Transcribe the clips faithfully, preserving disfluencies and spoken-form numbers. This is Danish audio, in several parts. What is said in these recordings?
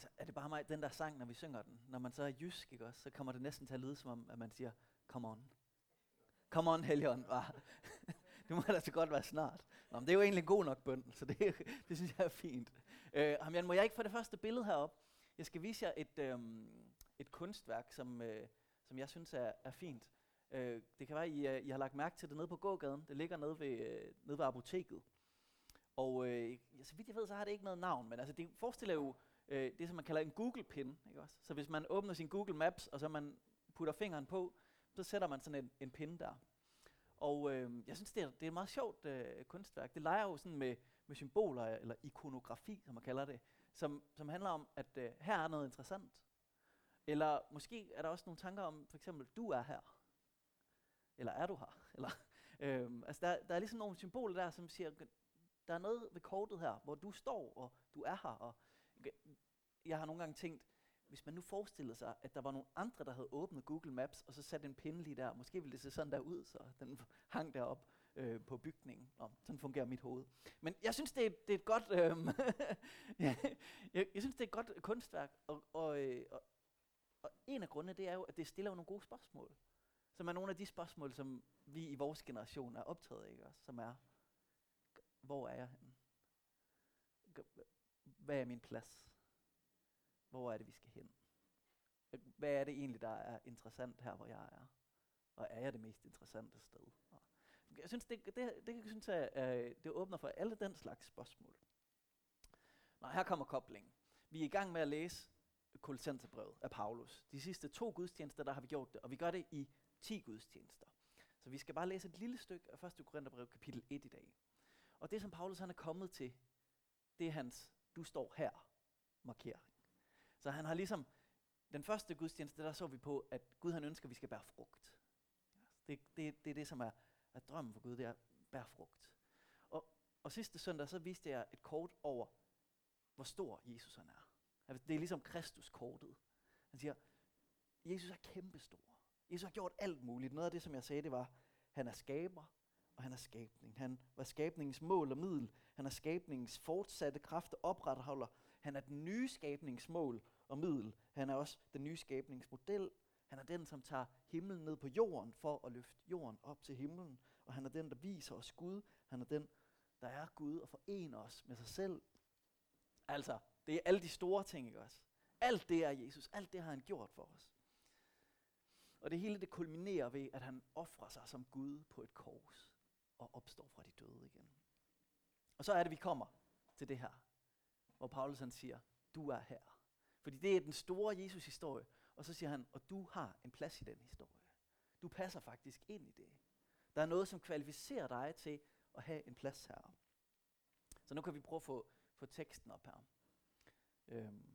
Altså, er det bare mig, den der sang, når vi synger den, når man så er jysk, ikke også, så kommer det næsten til at lyde som om, at man siger, come on. Come on, Helligånd, bare. Det må da så godt være snart. Nå, men det er jo egentlig en god nok bøn, så det, det synes jeg er fint. Øh, Hamjan, må jeg ikke få det første billede herop? Jeg skal vise jer et, øhm, et kunstværk, som, øh, som jeg synes er, er fint. Øh, det kan være, at I, øh, I har lagt mærke til det nede på gågaden. Det ligger nede ved, øh, nede ved apoteket. Og øh, så vidt jeg ved, så har det ikke noget navn, men altså, det forestiller jo øh, det, som man kalder en Google-pin. Ikke også? Så hvis man åbner sin Google Maps, og så man putter fingeren på, så sætter man sådan en, en pin der. Og øh, jeg synes, det er, det er et meget sjovt øh, kunstværk. Det leger jo sådan med, med symboler, eller ikonografi, som man kalder det, som, som handler om, at øh, her er noget interessant. Eller måske er der også nogle tanker om, for eksempel, du er her. Eller er du her? Eller, øh, altså der, der er ligesom nogle symboler der, som siger, der er noget ved kortet her, hvor du står, og du er her. Og jeg har nogle gange tænkt, hvis man nu forestillede sig, at der var nogle andre, der havde åbnet Google Maps, og så sat en pinde lige der, måske ville det se sådan der ud, så den hang derop øh, på bygningen. Og sådan fungerer mit hoved. Men jeg synes, det er, det er et godt, øh, jeg, jeg synes, det er et godt kunstværk, og, og, øh, og, og en af grundene, det er jo, at det stiller jo nogle gode spørgsmål, som er nogle af de spørgsmål, som vi i vores generation er optaget af, ikke også? Som er, hvor er jeg henne? Hvad er min plads? Hvor er det, vi skal hen? Hvad er det egentlig, der er interessant her, hvor jeg er? Og er jeg det mest interessante sted? Og jeg synes, det, det, det, det, synes jeg, uh, det åbner for alle den slags spørgsmål. Nå, her kommer koblingen. Vi er i gang med at læse Kolossenserbrevet af Paulus. De sidste to gudstjenester, der har vi gjort det, og vi gør det i ti gudstjenester. Så vi skal bare læse et lille stykke af første Korintherbrev, kapitel et i dag. Og det, som Paulus han er kommet til, det er hans, du står her, markering. Så han har ligesom, den første gudstjeneste, der så vi på, at Gud han ønsker, at vi skal bære frugt. Det, det, det er det, som er, er drømmen for Gud, det er bære frugt. Og, og sidste søndag, så viste jeg et kort over, hvor stor Jesus han er. Det er ligesom Kristus-kortet. Han siger, Jesus er kæmpestor. Jesus har gjort alt muligt. Noget af det, som jeg sagde, det var, han er skaber, og han er skabning. Han var skabningens mål og middel. Han er skabningens fortsatte kraft og opretholder. Han er den nye skabningsmål og middel. Han er også den nye skabningsmodel. Han er den, som tager himlen ned på jorden for at løfte jorden op til himlen. Og han er den, der viser os Gud. Han er den, der er Gud og forener os med sig selv. Altså, det er alle de store ting, ikke også? Alt det er Jesus. Alt det har han gjort for os. Og det hele det kulminerer ved, at han ofrer sig som Gud på et kors og opstår fra de døde igen. Og så er det, vi kommer til det her, hvor Paulus han siger, du er her. Fordi det er den store Jesus-historie, og så siger han, og du har en plads i den historie. Du passer faktisk ind i det. Der er noget, som kvalificerer dig til at have en plads her. Så nu kan vi prøve at få, få teksten op her. Øhm.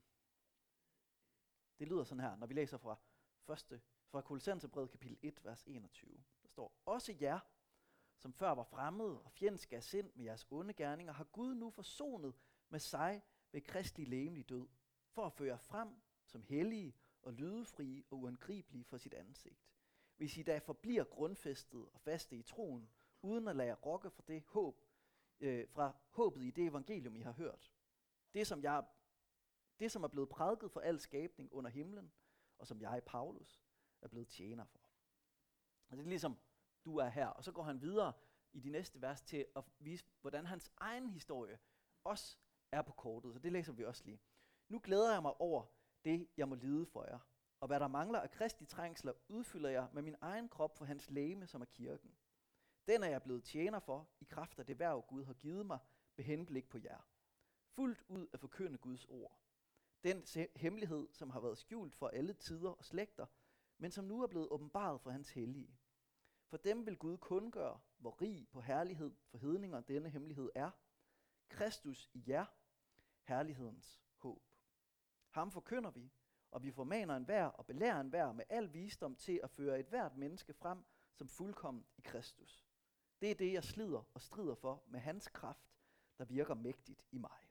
Det lyder sådan her, når vi læser fra første fra Kolossenserbrevet kapitel et, vers enogtyve. Der står, også jer, som før var fremmede og fjendske af sind med jeres onde gerninger, har Gud nu forsonet med sig ved kristelig legemlig død, for at føre jer frem som hellige og lydefrie og uangribelige for sit ansigt. Hvis I da forbliver grundfæstet og faste i troen, uden at lade jer rokke fra det håb, øh, fra håbet i det evangelium, I har hørt. Det som, jeg, det, som er blevet prædiket for al skabning under himlen, og som jeg, Paulus, er blevet tjener for. Og det er ligesom, du er her. Og så går han videre i de næste vers til at vise, hvordan hans egen historie også er på kortet. Så det læser vi også lige. Nu glæder jeg mig over det, jeg må lide for jer. Og hvad der mangler af kristi trængsler, udfylder jeg med min egen krop for hans legeme, som er kirken. Den er jeg blevet tjener for, i kraft af det værv, Gud har givet mig, med henblik på jer. Fuldt ud at forkynde Guds ord. Den hemmelighed, som har været skjult for alle tider og slægter, men som nu er blevet åbenbaret for hans hellige. For dem vil Gud kundgøre, hvor rig på herlighed for hedninger denne hemmelighed er. Kristus i jer, herlighedens håb. Ham forkynder vi, og vi formaner enhver og belærer enhver med al visdom til at føre et hvert menneske frem som fuldkomment i Kristus. Det er det, jeg slider og strider for med hans kraft, der virker mægtigt i mig.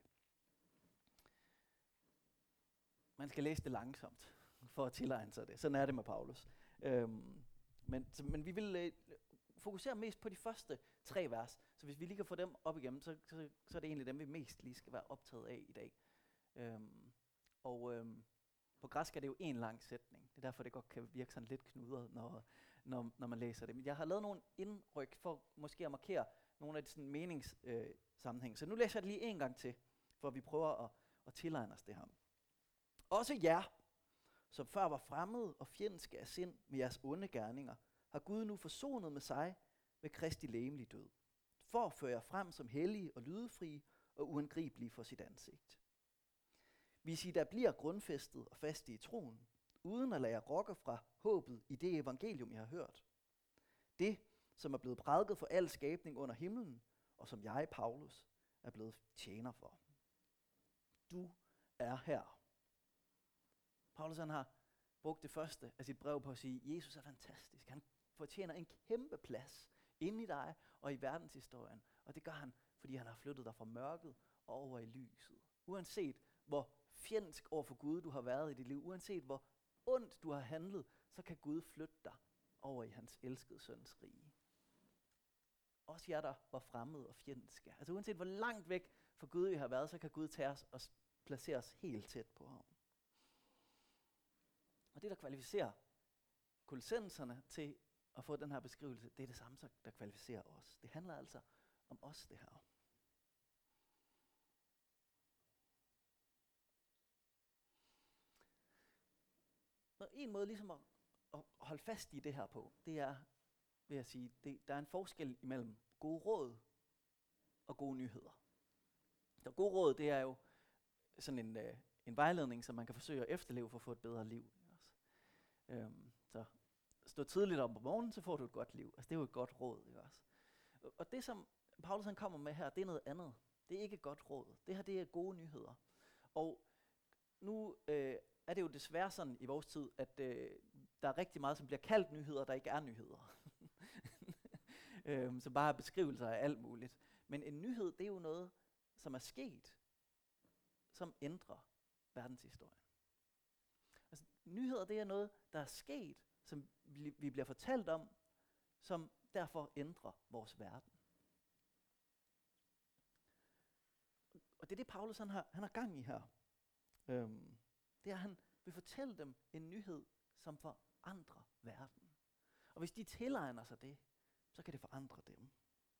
Man skal læse det langsomt for at tilegne sig det. Sådan er det med Paulus. Øhm, men, så, men vi vil øh, fokusere mest på de første tre vers. Så hvis vi lige kan få dem op igennem, så, så, så er det egentlig dem, vi mest lige skal være optaget af i dag. Øhm, Og øhm, på græsk er det jo en lang sætning. Det er derfor, det godt kan virke sådan lidt knudret, når, når, når man læser det. Men jeg har lavet nogle indryk for måske at markere nogle af de sådan meningssammenhæng. Øh, sammenhæng. Så nu læser jeg det lige en gang til, for vi prøver at, at tilegne os det her. Også jer, som før var fremmede og fjendske af sind med jeres onde gerninger, har Gud nu forsonet med sig ved Kristi legemlige død, for at føre jer frem som hellige og lydefrie og uangribelige for sit ansigt. Hvis I der bliver grundfæstet og faste i troen, uden at lade jer rokke fra håbet i det evangelium, I har hørt. Det, som er blevet prædiket for al skabning under himlen, og som jeg, Paulus, er blevet tjener for. Du er her. Paulus han har brugt det første af sit brev på at sige, Jesus er fantastisk. Han fortjener en kæmpe plads inde i dig og i verdenshistorien. Og det gør han, fordi han har flyttet dig fra mørket og over i lyset. Uanset hvor fjendsk over for Gud du har været i dit liv, uanset hvor ondt du har handlet, så kan Gud flytte dig over i hans elskede søns rige. Også jer, der var fremmede og fjendske. Altså uanset hvor langt væk fra Gud vi har været, så kan Gud tage os og placere os helt tæt på ham. Og det, der kvalificerer kolossenserne til at få den her beskrivelse, det er det samme, der kvalificerer os. Det handler altså om os, det her. Og en måde ligesom at, at holde fast i det her på, det er, vil jeg sige, det, der er en forskel imellem gode råd og gode nyheder. Så gode råd, det er jo sådan en, øh, en vejledning, som man kan forsøge at efterleve for at få et bedre liv. Også. Øhm, så stå tidligt op om morgenen, så får du et godt liv. Altså det er jo et godt råd. Ikke også? Og, og det, som Paulus han kommer med her, det er noget andet. Det er ikke et godt råd. Det her, det er gode nyheder. Og nu øh, er det jo desværre sådan i vores tid, at øh, der er rigtig meget, som bliver kaldt nyheder, der ikke er nyheder. øhm, som bare er beskrivelser af alt muligt. Men en nyhed, det er jo noget, som er sket, som ændrer verdenshistorien. Altså, nyheder, det er noget, der er sket, som vi, vi bliver fortalt om, som derfor ændrer vores verden. Og det er det, Paulus han har, han har gang i her. Øhm, det er, at han vil fortælle dem en nyhed, som forandrer verden. Og hvis de tilegner sig det, så kan det forandre dem.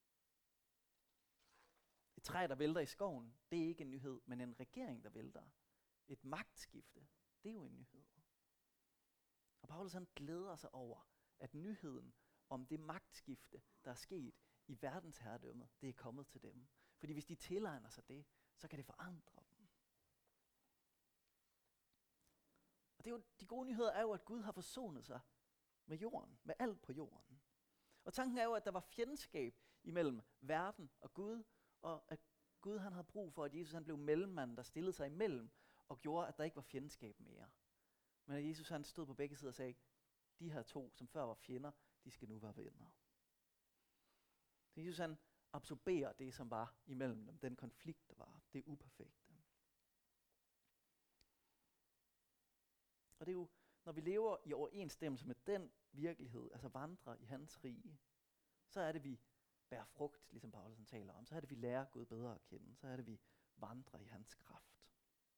Et træ, der vælter i skoven, det er ikke en nyhed, men en regering, der vælter. Et magtskifte, det er jo en nyhed. Og Paulus han glæder sig over, at nyheden om det magtskifte, der er sket i verdensherredømmet, det er kommet til dem. Fordi hvis de tilegner sig det, så kan det forandre dem. Og det er jo, de gode nyheder er jo, at Gud har forsonet sig med jorden, med alt på jorden. Og tanken er jo, at der var fjendskab imellem verden og Gud, og at Gud han havde brug for, at Jesus han blev mellemmanden, der stillede sig imellem, og gjorde, at der ikke var fjendskab mere. Men at Jesus han stod på begge sider og sagde, de her to, som før var fjender, de skal nu være venner. Så Jesus han absorberer det, som var imellem dem, den konflikt, der var, det uperfekte. Og det er jo, når vi lever i overensstemmelse med den virkelighed, altså vandrer i hans rige, så er det, vi bærer frugt, ligesom Paulus taler om. Så er det, vi lærer Gud bedre at kende. Så er det, vi vandrer i hans kraft.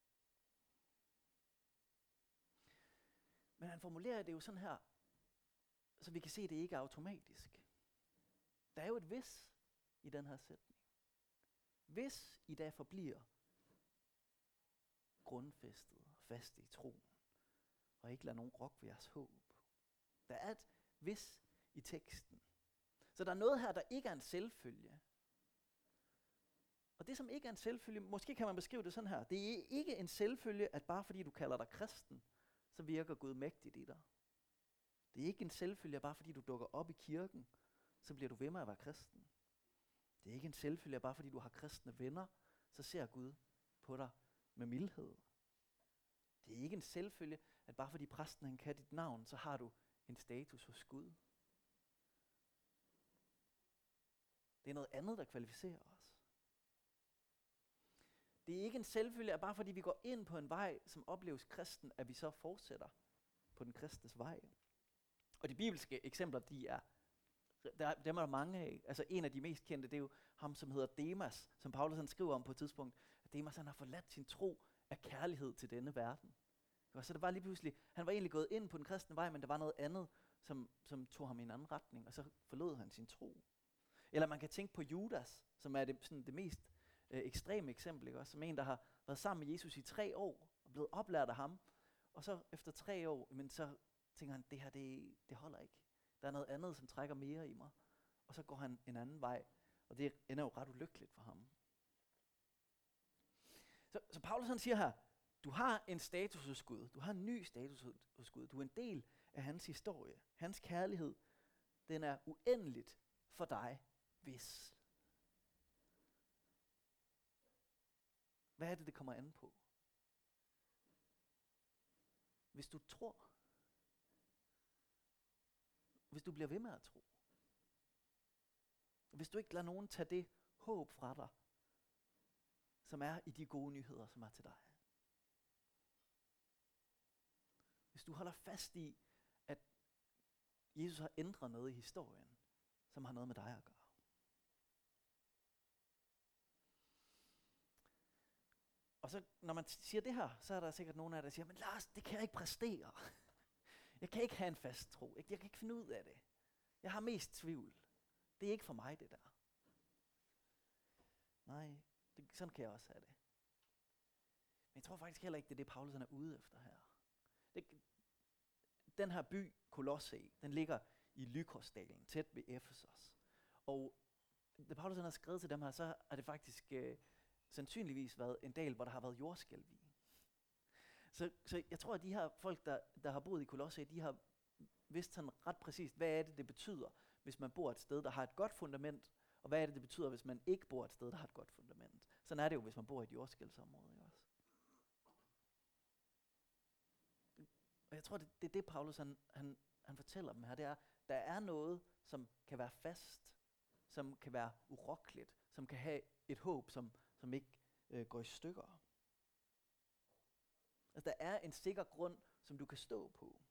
Men han formulerer det jo sådan her, så vi kan se, at det ikke er automatisk. Der er jo et hvis i den her sætning. Hvis I da forbliver grundfæstet og faste i troen, og ikke lader nogen rokke ved jeres håb. Der er et hvis i teksten. Så der er noget her, der ikke er en selvfølge. Og det, som ikke er en selvfølge, måske kan man beskrive det sådan her. Det er ikke en selvfølge, at bare fordi du kalder dig kristen, så virker Gud mægtigt i dig. Det er ikke en selvfølge, at bare fordi du dukker op i kirken, så bliver du ved med at være kristen. Det er ikke en selvfølge, at bare fordi du har kristne venner, så ser Gud på dig med mildhed. Det er ikke en selvfølge, at bare fordi præsten han kan dit navn, så har du en status hos Gud. Det er noget andet, der kvalificerer os. Det er ikke en selvfølge, at bare fordi vi går ind på en vej, som opleves kristen, at vi så fortsætter på den kristnes vej. Og de bibelske eksempler, de er, der, dem er der mange af. Altså en af de mest kendte, det er jo ham, som hedder Demas, som Paulus han skriver om på et tidspunkt. At Demas han har forladt sin tro af kærlighed til denne verden. Og så det var lige pludselig, han var egentlig gået ind på den kristne vej, men der var noget andet, som, som tog ham i en anden retning, og så forlod han sin tro. Eller man kan tænke på Judas, som er det, sådan det mest øh, ekstreme eksempel, ikke? Også, som en, der har været sammen med Jesus i tre år, og blevet oplært af ham, og så efter tre år, men så tænker han, det her, det, det holder ikke. Der er noget andet, som trækker mere i mig. Og så går han en anden vej, og det ender jo ret ulykkeligt for ham. Så, så Paulus han siger her, du har en status hos Gud, du har en ny status hos Gud, du er en del af hans historie. Hans kærlighed, den er uendeligt for dig, hvis. Hvad er det, det kommer an på? Hvis du tror, hvis du bliver ved med at tro, hvis du ikke lader nogen tage det håb fra dig, som er i de gode nyheder, som er til dig. Hvis du holder fast i, at Jesus har ændret noget i historien, som har noget med dig at gøre. Og så når man siger det her, så er der sikkert nogen af jer, der siger, men Lars, det kan jeg ikke præstere. Jeg kan ikke have en fast tro. Jeg, jeg kan ikke finde ud af det. Jeg har mest tvivl. Det er ikke for mig, det der. Nej, det, sådan kan jeg også have det. Men jeg tror faktisk heller ikke, det er det, Paulus er ude efter her. Det, den her by, Kolosse, den ligger i Lykosdalen, tæt ved Efesos. Og da Paulus har skrevet til dem her, så har det faktisk øh, sandsynligvis været en dal, hvor der har været jordskælv i. Så, så jeg tror, at de her folk, der, der har boet i Kolosse, de har vidst sådan ret præcist, hvad er det, det betyder, hvis man bor et sted, der har et godt fundament, og hvad er det, det betyder, hvis man ikke bor et sted, der har et godt fundament. Sådan er det jo, hvis man bor i et jordskælvsområde. Ikke også? Og jeg tror, det, det er det, Paulus han, han, han fortæller dem her. Det er, der er noget, som kan være fast, som kan være urokkeligt, som kan have et håb, som, som ikke øh, går i stykker. Altså, der er en sikker grund, som du kan stå på.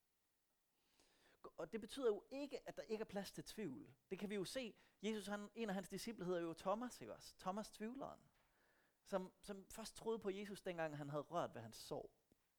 Og det betyder jo ikke, at der ikke er plads til tvivl. Det kan vi jo se. Jesus, han, en af hans disciple hedder jo Thomas, ikke også? Thomas tvivleren. Som, som først troede på Jesus, dengang han havde rørt ved hans sår.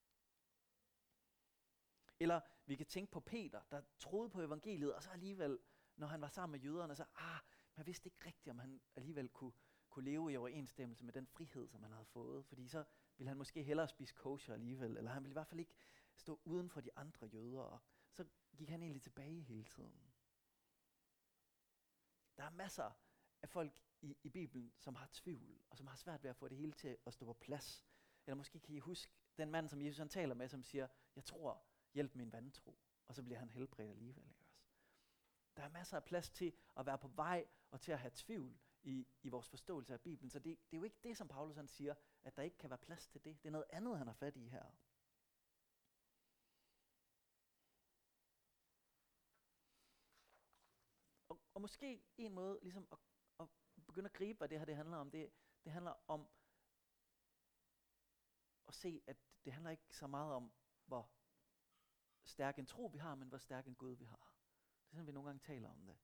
Eller vi kan tænke på Peter, der troede på evangeliet, og så alligevel, når han var sammen med jøderne, så ah, man vidste ikke rigtigt, om han alligevel kunne, kunne leve i overensstemmelse med den frihed, som han havde fået. Fordi så ville han måske hellere spise kosher alligevel, eller han ville i hvert fald ikke stå uden for de andre jøder, og så gik han egentlig tilbage hele tiden. Der er masser af folk i, i Bibelen, som har tvivl, og som har svært ved at få det hele til at stå på plads. Eller måske kan I huske den mand, som Jesus han taler med, som siger, jeg tror, hjælp min vantro. Og så bliver han helbredt alligevel. Ikke også? Der er masser af plads til at være på vej, og til at have tvivl i, i vores forståelse af Bibelen. Så det, det er jo ikke det, som Paulus han siger, at der ikke kan være plads til det. Det er noget andet, han har fat i her. Og, og måske en måde ligesom at, at begynde at gribe, hvad det her det handler om, det, det handler om at se, at det handler ikke så meget om, hvor stærk en tro vi har, men hvor stærk en Gud vi har. Det er sådan, vi nogle gange taler om det.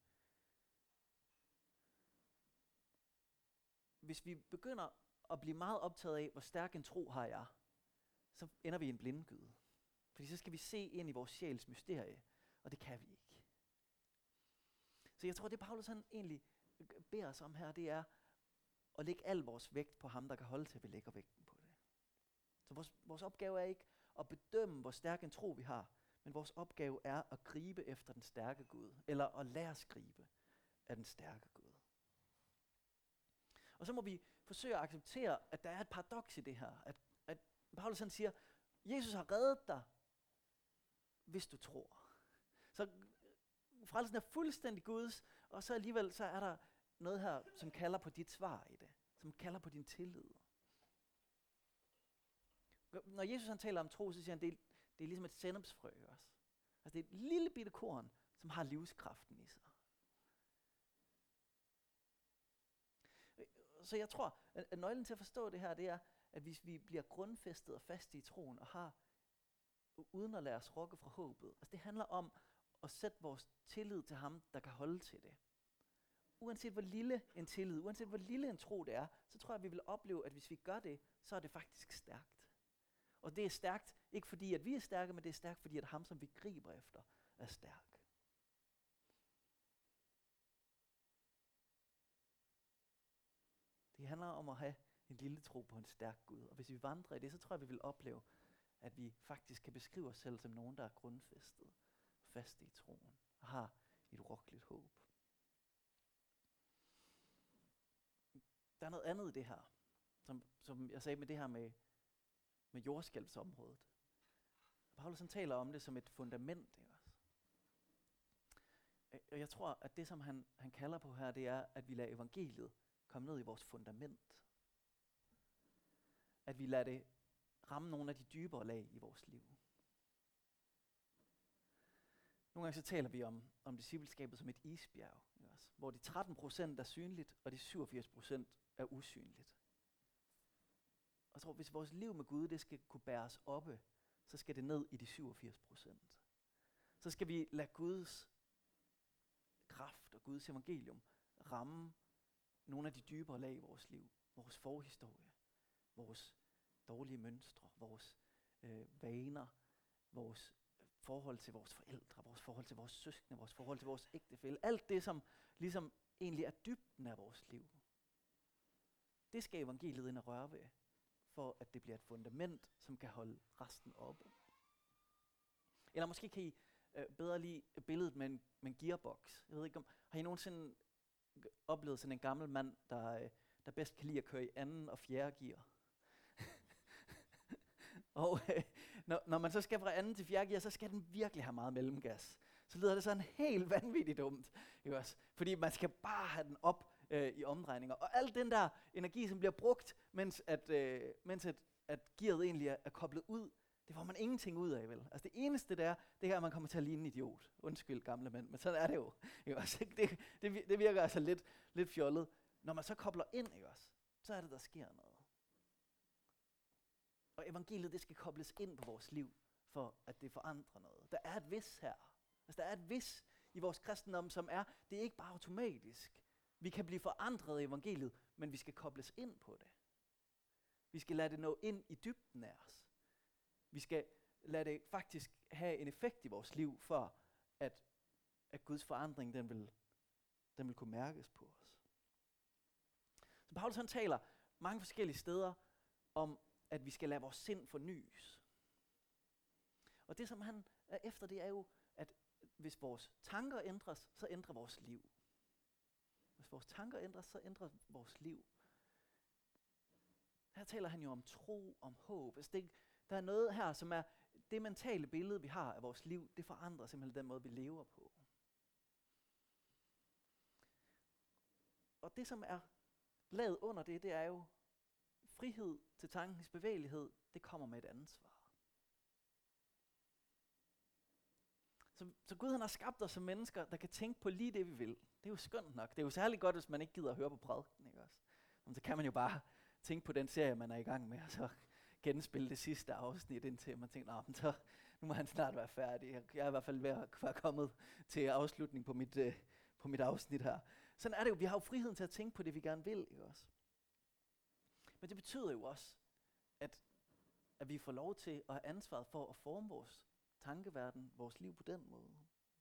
Hvis vi begynder at blive meget optaget af, hvor stærk en tro har jeg, så ender vi i en blindgyde. Fordi så skal vi se ind i vores sjæls mysterie, og det kan vi ikke. Så jeg tror, det Paulus han egentlig beder os om her, det er at lægge al vores vægt på ham, der kan holde til, at vi lægger vægten på det. Så vores, vores opgave er ikke at bedømme, hvor stærk en tro vi har, men vores opgave er at gribe efter den stærke Gud, eller at lade os gribe af den stærke Gud. Og så må vi forsøge at acceptere, at der er et paradoks i det her, at, at Paulus han siger, Jesus har reddet dig, hvis du tror. Så frelsen er fuldstændig Guds, og så alligevel så er der noget her, som kalder på dit svar i det, som kalder på din tillid. Når Jesus han taler om tro, så siger han, det er, det er ligesom et sennepsfrø også. Altså det er et lille bitte korn, som har livskraften i sig. Så jeg tror, at nøglen til at forstå det her, det er, at hvis vi bliver grundfæstet og faste i troen, og har, uden at lade os rokke fra håbet, altså det handler om at sætte vores tillid til ham, der kan holde til det. uanset hvor lille en tillid, uanset hvor lille en tro det er, så tror jeg, at vi vil opleve, at hvis vi gør det, så er det faktisk stærkt. Og det er stærkt, ikke fordi at vi er stærke, men det er stærkt, fordi at ham, som vi griber efter, er stærk. Det handler om at have en lille tro på en stærk Gud. Og hvis vi vandrer i det, så tror jeg, vi vil opleve, at vi faktisk kan beskrive os selv som nogen, der er grundfæstet, fast i troen, og har et urokkeligt håb. Der er noget andet i det her, som, som jeg sagde med det her med, med jordskælvsområdet. Paulus han taler om det som et fundament. Ikke også? Og jeg tror, at det som han, han kalder på her, det er, at vi lader evangeliet komme ned i vores fundament. At vi lader det ramme nogle af de dybere lag i vores liv. Nogle gange så taler vi om, om discipleskabet som et isbjerg, ikke også? Hvor de tretten procent er synligt, og de syvogfirs procent er usynligt. Og jeg tror, hvis vores liv med Gud, det skal kunne bæres oppe, så skal det ned i de syvogfirs procent. Så skal vi lade Guds kraft og Guds evangelium ramme nogle af de dybere lag i vores liv. Vores forhistorie, vores dårlige mønstre, vores øh, vaner, vores forhold til vores forældre, vores forhold til vores søskende, vores forhold til vores ægtefælle. Alt det, som ligesom egentlig er dybden af vores liv. Det skal evangeliet ind og røre ved, for at det bliver et fundament, som kan holde resten oppe. Eller måske kan I øh, bedre lide billedet med en, med en gearbox. Jeg ved ikke om, har I nogensinde oplevet sådan en gammel mand, der, øh, der bedst kan lide at køre i anden og fjerde gear? og øh, når, når man så skal fra anden til fjerde gear, så skal den virkelig have meget mellemgas. Så lyder det sådan helt vanvittigt dumt. Ikke også? Fordi man skal bare have den op øh, i omdrejninger. Og al den der energi, som bliver brugt, mens at, øh, mens at, at gearet egentlig er, er koblet ud, det får man ingenting ud af, vel? Altså det eneste der, det er, at man kommer til at ligne en idiot. Undskyld, gamle mænd, men sådan er det jo. Ikke også? Det, det, det virker altså lidt, lidt fjollet. Når man så kobler ind, ikke også? Så er det, der sker noget. Og evangeliet, det skal kobles ind på vores liv, for at det forandrer noget. Der er et vis her. Altså der er et vis i vores kristendom, som er, det er ikke bare automatisk. Vi kan blive forandret i evangeliet, men vi skal kobles ind på det. Vi skal lade det nå ind i dybden af os. Vi skal lade det faktisk have en effekt i vores liv, for at, at Guds forandring, den vil, den vil kunne mærkes på os. Så Paulus han taler mange forskellige steder om, at vi skal lade vores sind fornyes. Og det som han er efter, det er jo, at hvis vores tanker ændres, så ændrer vores liv. Hvis vores tanker ændres, så ændrer vores liv. Her taler han jo om tro, om håb. Altså det, der er noget her, som er det mentale billede, vi har af vores liv, det forandrer simpelthen den måde, vi lever på. Og det, som er lavet under det, det er jo frihed til tankens bevægelighed, det kommer med et ansvar. Så, så Gud han har skabt os som mennesker, der kan tænke på lige det, vi vil. Det er jo skønt nok. Det er jo særligt godt, hvis man ikke gider at høre på prædiken, ikke også? Men så kan man jo bare tænke på den serie, man er i gang med, og så genspille det sidste afsnit, indtil man tænker, men så, nu må han snart være færdig. Jeg er i hvert fald ved at være kommet til afslutning på mit, øh, på mit afsnit her. Sådan er det jo. Vi har jo friheden til at tænke på det, vi gerne vil, ikke også? Men det betyder jo også, at, at vi får lov til at have ansvaret for at forme vores tankeverden, vores liv på den måde.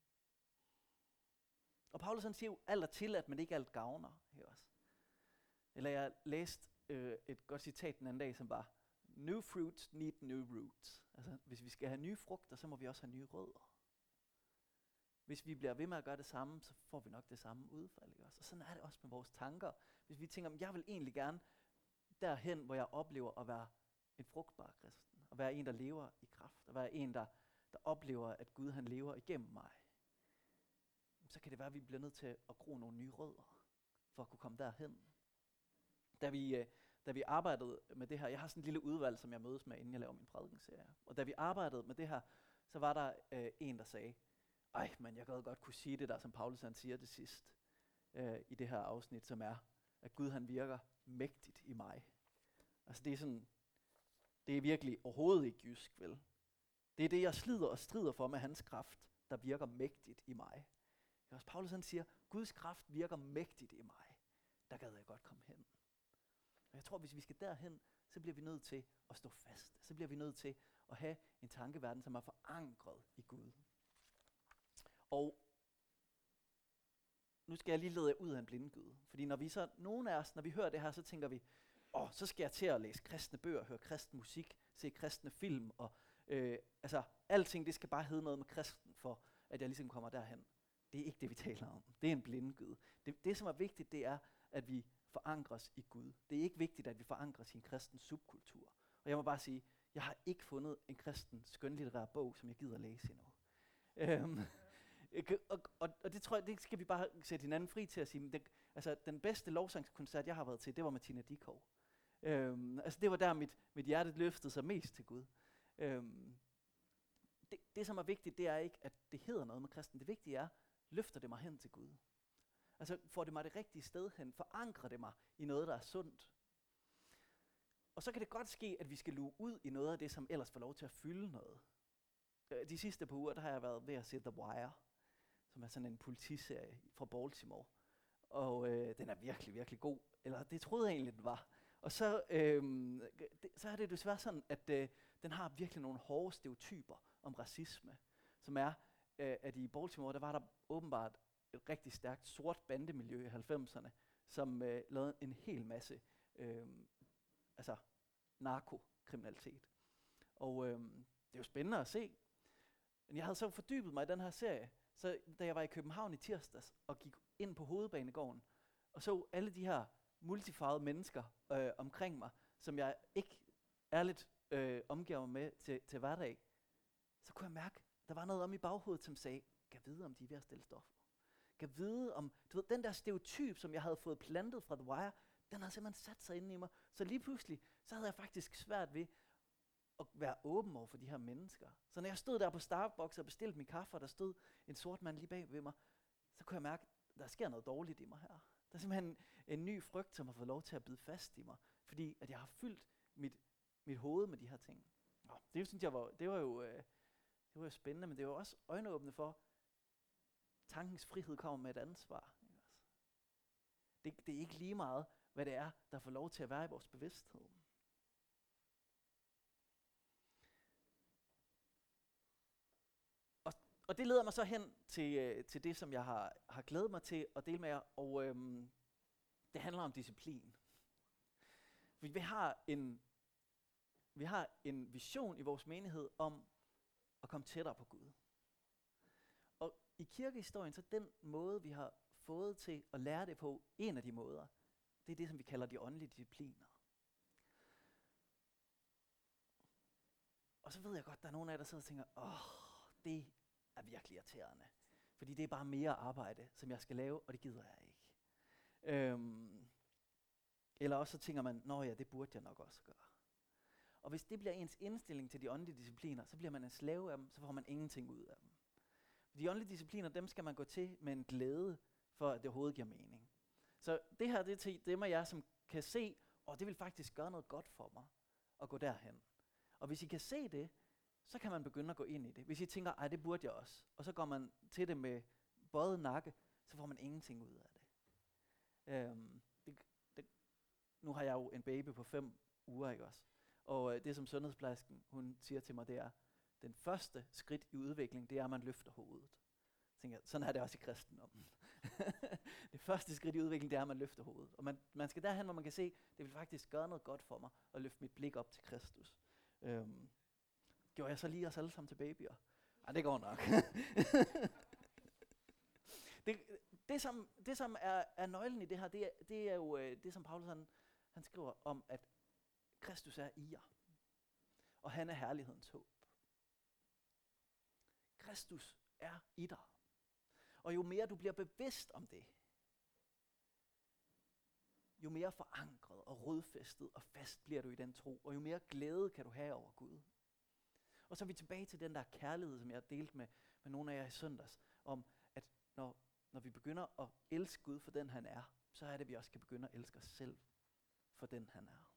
Og Paulus han siger jo, alt er tilladt, men ikke alt gavner. Ikke også? Eller jeg læste øh, et godt citat den anden dag, som var, new fruits need new roots. Altså, hvis vi skal have nye frugter, så må vi også have nye rødder. Hvis vi bliver ved med at gøre det samme, så får vi nok det samme udfald. Ikke også? Og sådan er det også med vores tanker. Hvis vi tænker, jeg vil egentlig gerne derhen, hvor jeg oplever at være en frugtbar kristen. At være en, der lever i kraft. At være en, der, der oplever, at Gud han lever igennem mig. Så kan det være, at vi bliver nødt til at gro nogle nye rødder, for at kunne komme derhen. Da vi, øh, da vi arbejdede med det her, jeg har sådan en lille udvalg, som jeg mødes med, inden jeg laver min prædikenserie. Og da vi arbejdede med det her, så var der øh, en, der sagde, ej, men jeg gad godt kunne sige det der, som Paulus han siger det sidst øh, i det her afsnit, som er, at Gud han virker mægtigt i mig. Altså det er sådan, det er virkelig overhovedet ikke jysk, vel? Det er det, jeg slider og strider for med hans kraft, der virker mægtigt i mig. Også Paulus han siger, Guds kraft virker mægtigt i mig. Der gad jeg godt komme hen. Og jeg tror, hvis vi skal derhen, så bliver vi nødt til at stå fast. Så bliver vi nødt til at have en tankeverden, som er forankret i Gud. Og nu skal jeg lige lede jer ud af en blindgyde. Fordi når vi så, nogle af os, når vi hører det her, så tænker vi, åh, så skal jeg til at læse kristne bøger, høre kristen musik, se kristne film, og øh, altså, alting, det skal bare hedde noget med kristen, for at jeg ligesom kommer derhen. Det er ikke det, vi taler om. Det er en blindgyde. Det, det, som er vigtigt, det er, at vi forankres i Gud. Det er ikke vigtigt, at vi forankres i en kristen subkultur. Og jeg må bare sige, jeg har ikke fundet en kristen skønlitterær bog, som jeg gider læse endnu. Øhm, og, og, og det tror jeg, det skal vi bare sætte hinanden fri til at sige. Det, altså, den bedste lovsangskoncert, jeg har været til, det var med Tina Dickow. Øhm, altså, det var der, mit, mit hjerte løftede sig mest til Gud. Øhm, det, det, som er vigtigt, det er ikke, at det hedder noget med kristen. Det vigtige er, løfter det mig hen til Gud? Altså, får det mig det rigtige sted hen? Forankrer det mig i noget, der er sundt? Og så kan det godt ske, at vi skal luge ud i noget af det, som ellers får lov til at fylde noget. De sidste par uger, der har jeg været ved at se The Wire, som er sådan en politiserie fra Baltimore. Og øh, den er virkelig, virkelig god. Eller det troede jeg egentlig, den var. Og så, øh, det, så er det desværre sådan, at øh, den har virkelig nogle hårde stereotyper om racisme. Som er, øh, at i Baltimore, der var der åbenbart et rigtig stærkt sort bandemiljø i halvfemserne, som øh, lavede en hel masse øh, altså narkokriminalitet. Og øh, det er jo spændende at se. Men jeg havde så fordybet mig i den her serie, så da jeg var i København i tirsdags og gik ind på Hovedbanegården og så alle de her multifarvede mennesker øh, omkring mig, som jeg ikke ærligt øh, omgiver mig med til, til hverdag, så kunne jeg mærke, der var noget om i baghovedet, som sagde, kan vide, om de er ved at stille stoffer. Kan vide om, du ved, den der stereotyp, som jeg havde fået plantet fra The Wire, den havde simpelthen sat sig inde i mig. Så lige pludselig, så havde jeg faktisk svært ved at være åben over for de her mennesker. Så når jeg stod der på Starbucks og bestilte min kaffe, og der stod en sort mand lige bag ved mig, så kunne jeg mærke, at der sker noget dårligt i mig her. Der er simpelthen en ny frygt, som har fået lov til at bide fast i mig, fordi at jeg har fyldt mit, mit hoved med de her ting. Nå, det synes jeg var, det var jo, øh, det var jo spændende, men det var også øjenåbne for, tankens frihed kommer med et ansvar. Det, det er ikke lige meget, hvad det er, der får lov til at være i vores bevidsthed. Og, og det leder mig så hen til, øh, til det, som jeg har, har glædet mig til at dele med jer, og øhm, det handler om disciplin. Vi har en, vi har en vision i vores menighed om at komme tættere på Gud. Og i kirkehistorien, så den måde, vi har fået til at lære det på, en af de måder, det er det, som vi kalder de åndelige discipliner. Og så ved jeg godt, der er nogen af jer, der sidder og tænker, åh, det er virkelig irriterende. Fordi det er bare mere arbejde, som jeg skal lave, og det gider jeg ikke. Øhm, eller også så tænker man, nå ja, det burde jeg nok også gøre. Og hvis det bliver ens indstilling til de åndelige discipliner, så bliver man en slave af dem, så får man ingenting ud af dem. De åndelige discipliner, dem skal man gå til med en glæde, for at det overhovedet giver mening. Så det her, det er til dem af jer, som kan se, og det vil faktisk gøre noget godt for mig, at gå derhen. Og hvis I kan se det, så kan man begynde at gå ind i det. Hvis I tænker, ej, det burde jeg også, og så går man til det med bøjet nakke, så får man ingenting ud af det. Øhm, det, det nu har jeg jo en baby på fem uger, ikke også? Og øh, det som sundhedsplejersken, hun siger til mig, det er, den første skridt i udvikling, det er, at man løfter hovedet. Jeg tænker, sådan er det også i kristendommen. Det første skridt i udvikling, det er, at man løfter hovedet. Og man, man skal derhen, hvor man kan se, det vil faktisk gøre noget godt for mig, at løfte mit blik op til Kristus. Øhm, gjorde jeg så lige os alle sammen til babyer? Ej, det går nok. det, det, som, det, som er, er nøglen i det her, det er, det er jo øh, det, som Paulus han, han skriver om, at Kristus er i jer. Og han er herlighedens håb. Kristus er i dig. Og jo mere du bliver bevidst om det, jo mere forankret og rodfæstet og fast bliver du i den tro, og jo mere glæde kan du have over Gud. Og så er vi tilbage til den der kærlighed, som jeg har delt med, med nogle af jer i søndags, om at når, når vi begynder at elske Gud for den han er, så er det, at vi også skal begynde at elske os selv for den han er.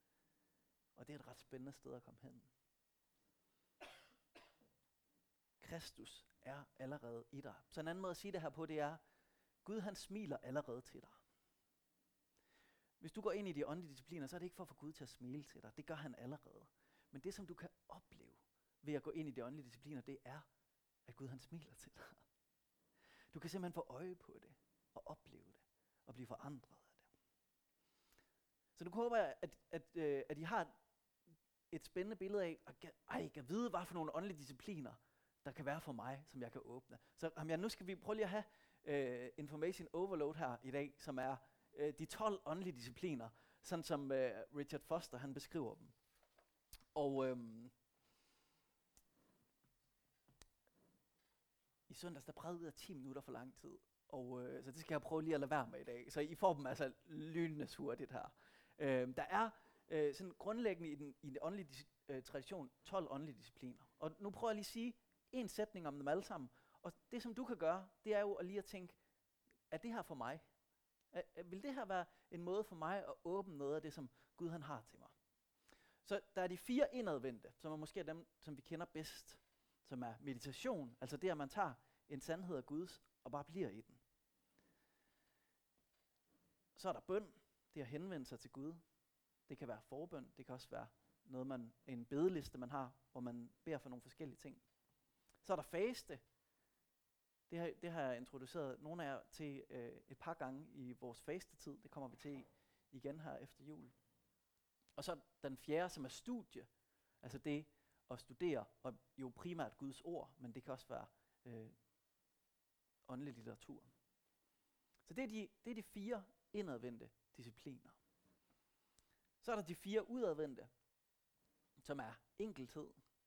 Og det er et ret spændende sted at komme hen. Kristus er allerede i dig. Så en anden måde at sige det her på, det er, Gud han smiler allerede til dig. Hvis du går ind i de åndelige discipliner, så er det ikke for at få Gud til at smile til dig. Det gør han allerede. Men det, som du kan opleve ved at gå ind i de åndelige discipliner, det er, at Gud han smiler til dig. Du kan simpelthen få øje på det, og opleve det, og blive forandret af det. Så nu håber jeg, at, at, øh, at I har et, et spændende billede af, at ej, jeg kan vide, hvad for nogle åndelige discipliner, der kan være for mig, som jeg kan åbne. Så jamen, nu skal vi prøve lige at have øh, information overload her i dag, som er øh, de tolv åndelige discipliner, sådan som øh, Richard Foster han beskriver dem. Og øhm, i søndags, der prædikede jeg ti minutter for lang tid. Og øh, så det skal jeg prøve lige at lade være med i dag. Så I får dem altså lynende hurtigt her. Øh, der er øh, sådan grundlæggende i den, i den åndelige dis- øh, tradition tolv åndelige discipliner. Og nu prøver jeg lige at sige en sætning om dem alle sammen. Og det som du kan gøre, det er jo at lige at tænke, er det her for mig? Er, er, vil det her være en måde for mig at åbne noget af det, som Gud han har til mig? Så der er de fire indadvendte, som er måske er dem, som vi kender bedst, som er meditation, altså det, at man tager en sandhed af Guds og bare bliver i den. Så er der bøn, det at henvende sig til Gud. Det kan være forbøn, det kan også være noget, man, en bedeliste, man har, hvor man beder for nogle forskellige ting. Så er der faste. Det har, det har jeg introduceret nogle af jer til øh, et par gange i vores fastetid. Det kommer vi til igen her efter jul. Og så den fjerde, som er studie. Altså det at studere, og jo primært Guds ord, men det kan også være øh, åndelig litteratur. Så det er, de, det er de fire indadvendte discipliner. Så er der de fire udadvendte, som er enkelthed.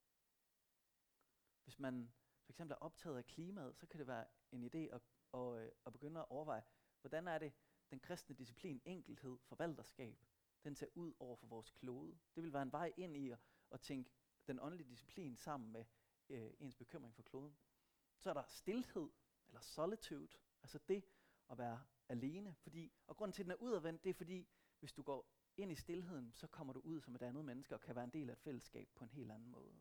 Hvis man for eksempel er optaget af klimaet, så kan det være en idé at, at, at begynde at overveje, hvordan er det den kristne disciplin, enkelthed, forvalterskab, den ser ud over for vores klode. Det vil være en vej ind i at, at tænke den åndelige disciplin sammen med øh, ens bekymring for kloden. Så er der stilhed, eller solitude, altså det at være alene. Fordi, og grunden til, at den er udadvendt, det er fordi, hvis du går ind i stilheden, så kommer du ud som et andet menneske, og kan være en del af et fællesskab på en helt anden måde.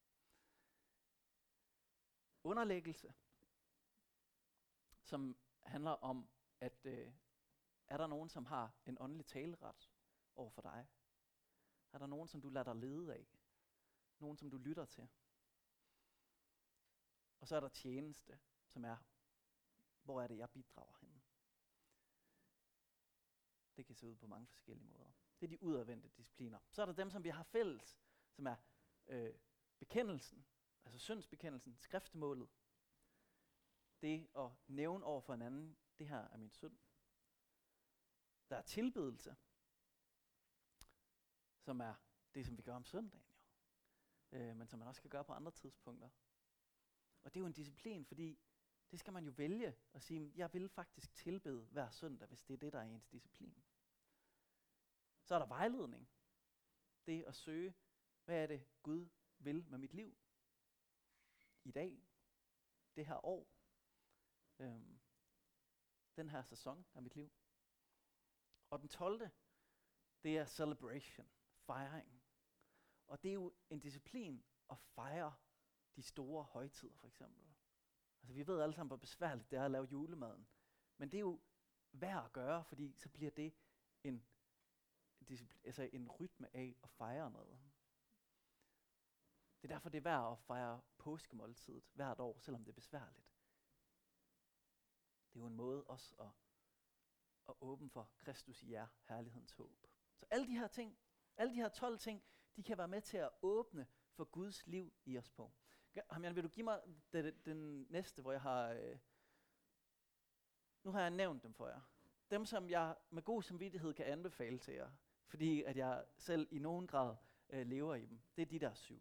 Underlæggelse, som handler om, at øh, er der nogen, som har en åndelig taleret over for dig? Er der nogen, som du lader dig lede af? Nogen, som du lytter til? Og så er der tjeneste, som er, hvor er det, jeg bidrager henne? Det kan se ud på mange forskellige måder. Det er de udadvendte discipliner. Så er der dem, som vi har fælles, som er øh, bekendelsen, altså syndsbekendelsen, skriftemålet. Det at nævne over for en anden, det her er min synd. Der er tilbedelse, som er det, som vi gør om søndagen, jo. Øh, men som man også kan gøre på andre tidspunkter. Og det er jo en disciplin, fordi det skal man jo vælge at sige, jeg vil faktisk tilbede hver søndag, hvis det er det, der er ens disciplin. Så er der vejledning. Det at søge, hvad er det Gud vil med mit liv? I dag, det her år, øhm, den her sæson af mit liv. Og den tolvte, det er celebration, fejring. Og det er jo en disciplin at fejre de store højtider, for eksempel. Altså vi ved alle sammen, hvor besværligt det er at lave julemaden. Men det er jo værd at gøre, fordi så bliver det en, altså en rytme af at fejre noget. Det er derfor, det er værd at fejre påskemåltidet hvert år, selvom det er besværligt. Det er jo en måde også at, at åbne for Kristus i jer, herlighedens håb. Så alle de her ting, alle de her tolv ting, de kan være med til at åbne for Guds liv i os på. Hamjan, vil du give mig den, den næste, hvor jeg har... Øh, nu har jeg nævnt dem for jer. Dem, som jeg med god samvittighed kan anbefale til jer, fordi at jeg selv i nogen grad øh, lever i dem. Det er de der syv.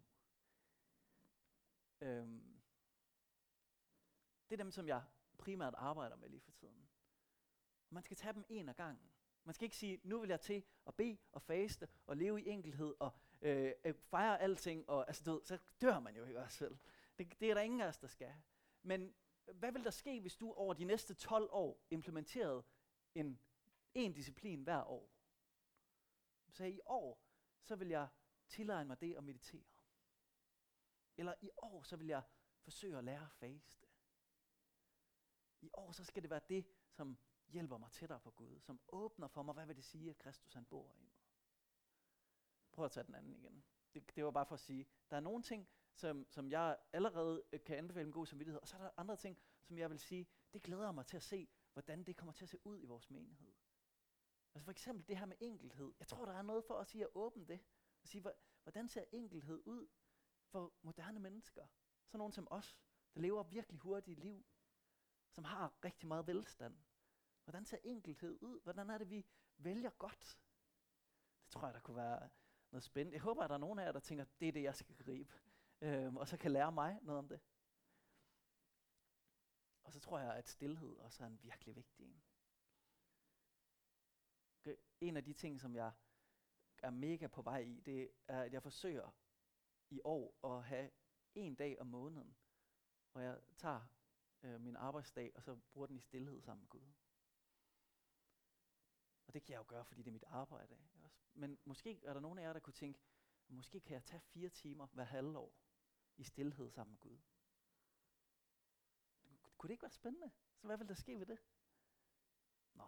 Øhm, det er dem, som jeg primært arbejder med lige for tiden. Og man skal tage dem en af gangen. Man skal ikke sige, nu vil jeg til at bede og faste og leve i enkelhed og øh, fejre alting. Og, altså, du, så dør man jo ikke også selv. Det, det er der ingen af os, der skal. Men hvad vil der ske, hvis du over de næste tolv år implementerede en, en disciplin hver år? Så i år, så vil jeg tilegne mig det at meditere. Eller i år, så vil jeg forsøger at lære at faste. I år så skal det være det, som hjælper mig tættere på Gud, som åbner for mig, hvad vil det sige, at Kristus han bor i mig. Prøv at tage den anden igen. Det, det var bare for at sige, der er nogle ting, som, som jeg allerede kan anbefale med god samvittighed, og så er der andre ting, som jeg vil sige, det glæder mig til at se, hvordan det kommer til at se ud i vores menighed. Altså for eksempel det her med enkelhed. Jeg tror, der er noget for os i at åbne det, og sige, hvordan ser enkelhed ud for moderne mennesker? Sådan nogen som os, der lever virkelig hurtigt liv, som har rigtig meget velstand. Hvordan ser enkelhed ud? Hvordan er det, vi vælger godt? Det tror jeg, der kunne være noget spændende. Jeg håber, at der er nogen af jer, der tænker, det er det, jeg skal gribe. Øhm, og så kan lære mig noget om det. Og så tror jeg, at stilhed også er en virkelig vigtig en. En af de ting, som jeg er mega på vej i, det er, at jeg forsøger i år at have en dag om måneden, hvor jeg tager øh, min arbejdsdag, og så bruger den i stilhed sammen med Gud. Og det kan jeg jo gøre, fordi det er mit arbejde. Også. Men måske er der nogen af jer, der kunne tænke, måske kan jeg tage fire timer hver halvår i stilhed sammen med Gud. Kunne det ikke være spændende? Så hvad vil der ske ved det? Nå.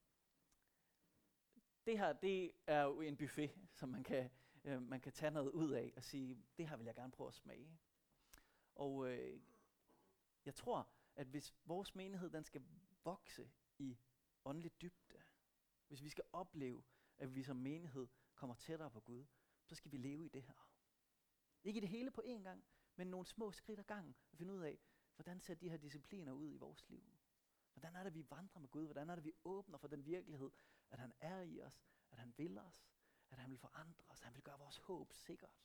Det her, det er jo en buffet, som man kan, øh, man kan tage noget ud af og sige, det her vil jeg gerne prøve at smage. Og øh, jeg tror, at hvis vores menighed, den skal vokse i åndelig dybde, hvis vi skal opleve, at vi som menighed kommer tættere på Gud, så skal vi leve i det her. Ikke i det hele på én gang, men nogle små skridt ad gangen, og finde ud af, hvordan ser de her discipliner ud i vores liv? Hvordan er det, vi vandrer med Gud? Hvordan er det, vi åbner for den virkelighed, at han er i os, at han vil os, at han vil forandre os, at han vil gøre vores håb sikkert.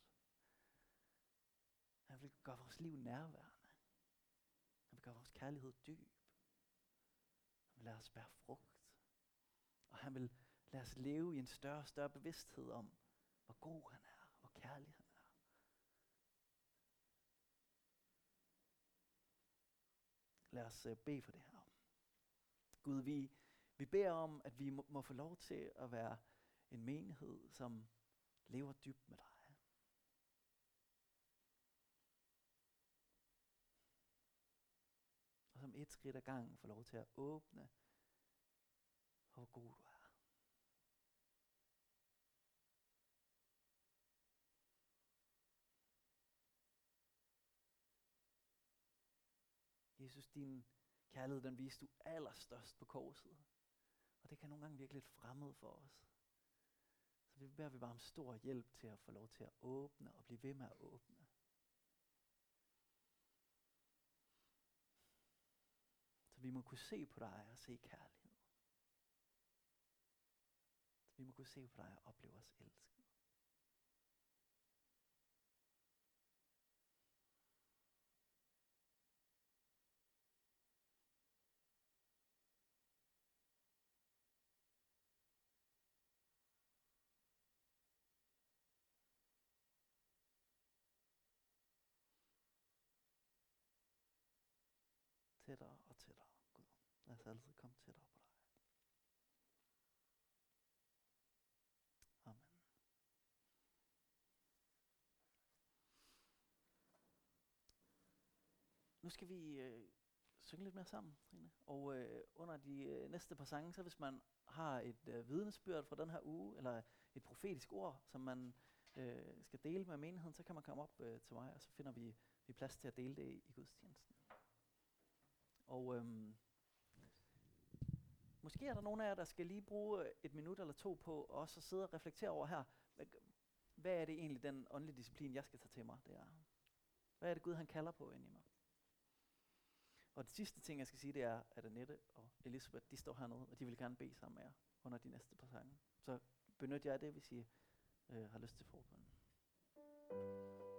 Han vil gøre vores liv nærværende. Han vil gøre vores kærlighed dyb. Han vil lade os bære frugt. Og han vil lade os leve i en større og større bevidsthed om, hvor god han er, hvor kærlig han er. Lad os uh, bede for det her. Gud, vi, vi beder om, at vi må, må få lov til at være en menighed, som lever dybt med dig. Og som et skridt ad gangen får lov til at åbne, hvor god du er. Jesus, din kærlighed, den viste du allerstørst på korset. Og det kan nogle gange virke lidt fremmed for os. Så vi beder vi bare om stor hjælp til at få lov til at åbne og blive ved med at åbne. Så vi må kunne se på dig og se kærlighed. Så vi må kunne se på dig og opleve os elsket. Tættere og tættere, Gud. Lad os altid komme tættere på dig. Amen. Nu skal vi øh, synge lidt mere sammen, Trine. Og øh, under de øh, næste par sange, så hvis man har et øh, vidnesbyrd fra den her uge, eller et profetisk ord, som man øh, skal dele med menigheden, så kan man komme op øh, til mig, og så finder vi, vi plads til at dele det i, i gudstjenesten. Og øhm, måske er der nogen af jer, der skal lige bruge et minut eller to på også at sidde og reflektere over her. Hvad, hvad er det egentlig, den åndelige disciplin, jeg skal tage til mig? Det er? Hvad er det Gud, han kalder på ind i mig? Og det sidste ting, jeg skal sige, det er, at Annette og Elisabeth, de står hernede, og de vil gerne bede sammen med jer under de næste par sange. Så benyt jer af det, hvis I øh, har lyst til forbøn.